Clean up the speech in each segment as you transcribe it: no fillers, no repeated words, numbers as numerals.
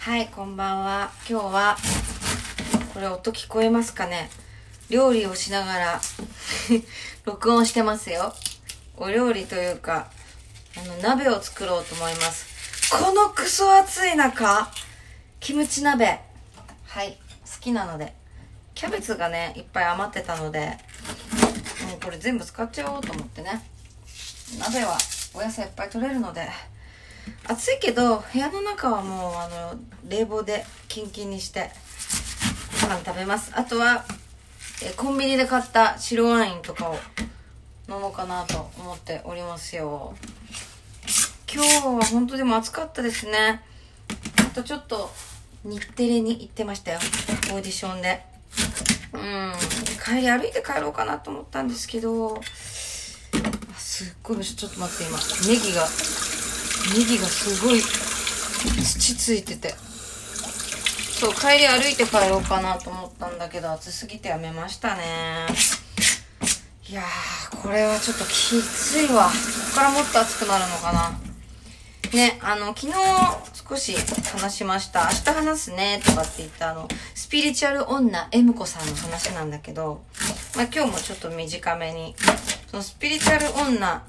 はい、こんばんは。今日はこれ音聞こえますかね。料理をしながら録音してますよ。お料理というか鍋を作ろうと思います。このクソ暑い中キムチ鍋、はい、好きなので。キャベツがねいっぱい余ってたので、もうこれ全部使っちゃおうと思ってね。鍋はお野菜いっぱい取れるので。暑いけど部屋の中はもう冷房でキンキンにしてご飯食べます。あとはコンビニで買った白ワインとかを飲もうかなと思っておりますよ。今日は本当でも暑かったですね。あとちょっと日テレに行ってましたよ、オーディションで。帰り歩いて帰ろうかなと思ったんですけど、すっごい、ちょっと待って、今ネギがすごい土ついてて、そう、帰り歩いて帰ろうかなと思ったんだけど、暑すぎてやめましたね。いやー、これはちょっときついわ。ここからもっと暑くなるのかなね。昨日少し話しました。明日話すねとかって言ったスピリチュアル女 M 子さんの話なんだけど、今日もちょっと短めに、そのスピリチュアル女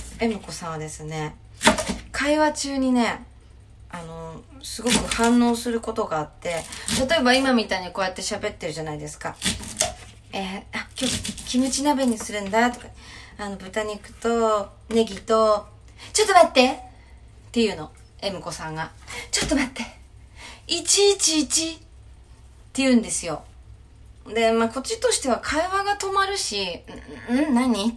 M 子さんはですね、会話中にね、すごく反応することがあって、例えば今みたいにこうやって喋ってるじゃないですか。今日キムチ鍋にするんだとか、豚肉とネギと、ちょっと待ってっていうの、M 子さんが。ちょっと待って、111って言うんですよ。で、こっちとしては会話が止まるし、何って、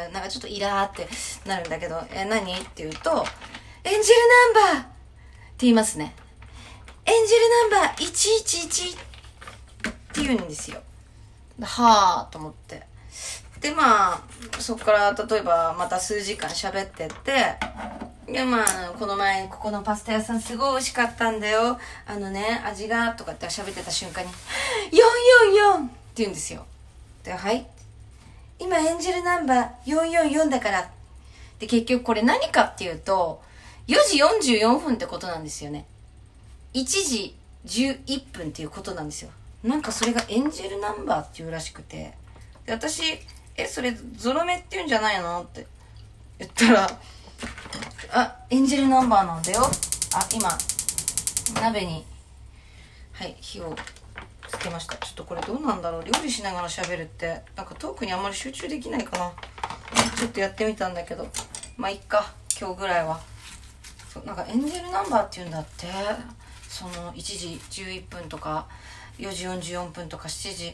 なんかちょっとイラーってなるんだけど、何って言うと、エンジェルナンバーって言いますね。エンジェルナンバー111って言うんですよ。はぁと思って。で、そっから例えばまた数時間喋ってって、で、この前ここのパスタ屋さんすごい美味しかったんだよ。味がとかって喋ってた瞬間に、444って言うんですよ。で、はい。今エンジェルナンバー444だから。で、結局これ何かっていうと、4時44分ってことなんですよね。1時11分っていうことなんですよ。なんかそれがエンジェルナンバーっていうらしくて。で、私、それゾロ目って言うんじゃないのって言ったら、エンジェルナンバーなんだよ。今、鍋に、はい、火をつけました。ちょっとこれどうなんだろう。料理しながら喋るって、なんかトークにあんまり集中できないかな。ちょっとやってみたんだけど、いっか、今日ぐらいは。なんかエンジェルナンバーって言うんだって。その1時11分とか4時44分とか7時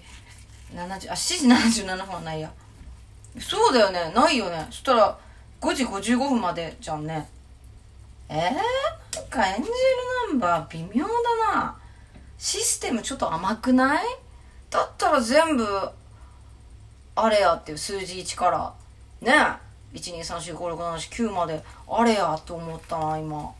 77分はないや。そうだよね、ないよね。そしたら5時55分までじゃんね。なんかエンジェルナンバー微妙だな。システムちょっと甘くない？だったら全部あれやっていう数字1からね、123456789まであれやと思ったな今。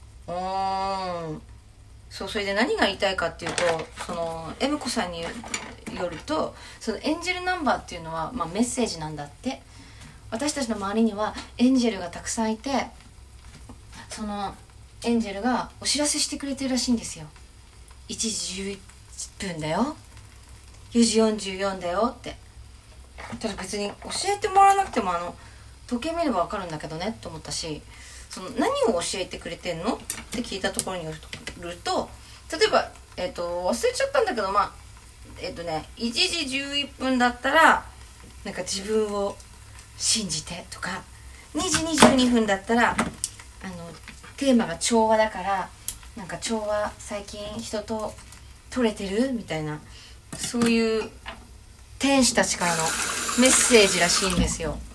そう、それで何が言いたいかっていうと、その M 子さんによると、そのエンジェルナンバーっていうのは、メッセージなんだって。私たちの周りにはエンジェルがたくさんいて、そのエンジェルがお知らせしてくれてるらしいんですよ。1時11分だよ、4時44だよって。ただ別に教えてもらわなくても時計見ればわかるんだけどねって思ったし、その何を教えてくれてんのって聞いたところによると、例えば忘れちゃったんだけど、1時11分だったらなんか自分を信じてとか、2時22分だったらテーマが調和だから、なんか調和最近人と取れてるみたいな、そういう天使たちからのメッセージらしいんですよ。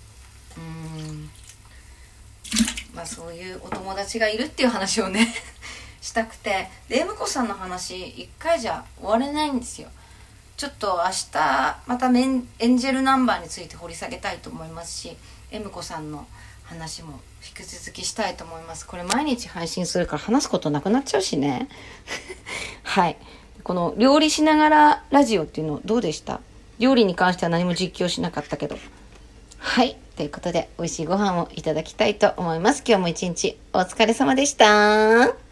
そういうお友達がいるっていう話をねしたくて。で、M子さんの話1回じゃ終われないんですよ。ちょっと明日またエンジェルナンバーについて掘り下げたいと思いますし、M子さんの話も引き続きしたいと思います。これ毎日配信するから話すことなくなっちゃうしねはい、この料理しながらラジオっていうのどうでした？料理に関しては何も実況しなかったけど。はい、ということで美味しいご飯をいただきたいと思います。今日も一日お疲れ様でした。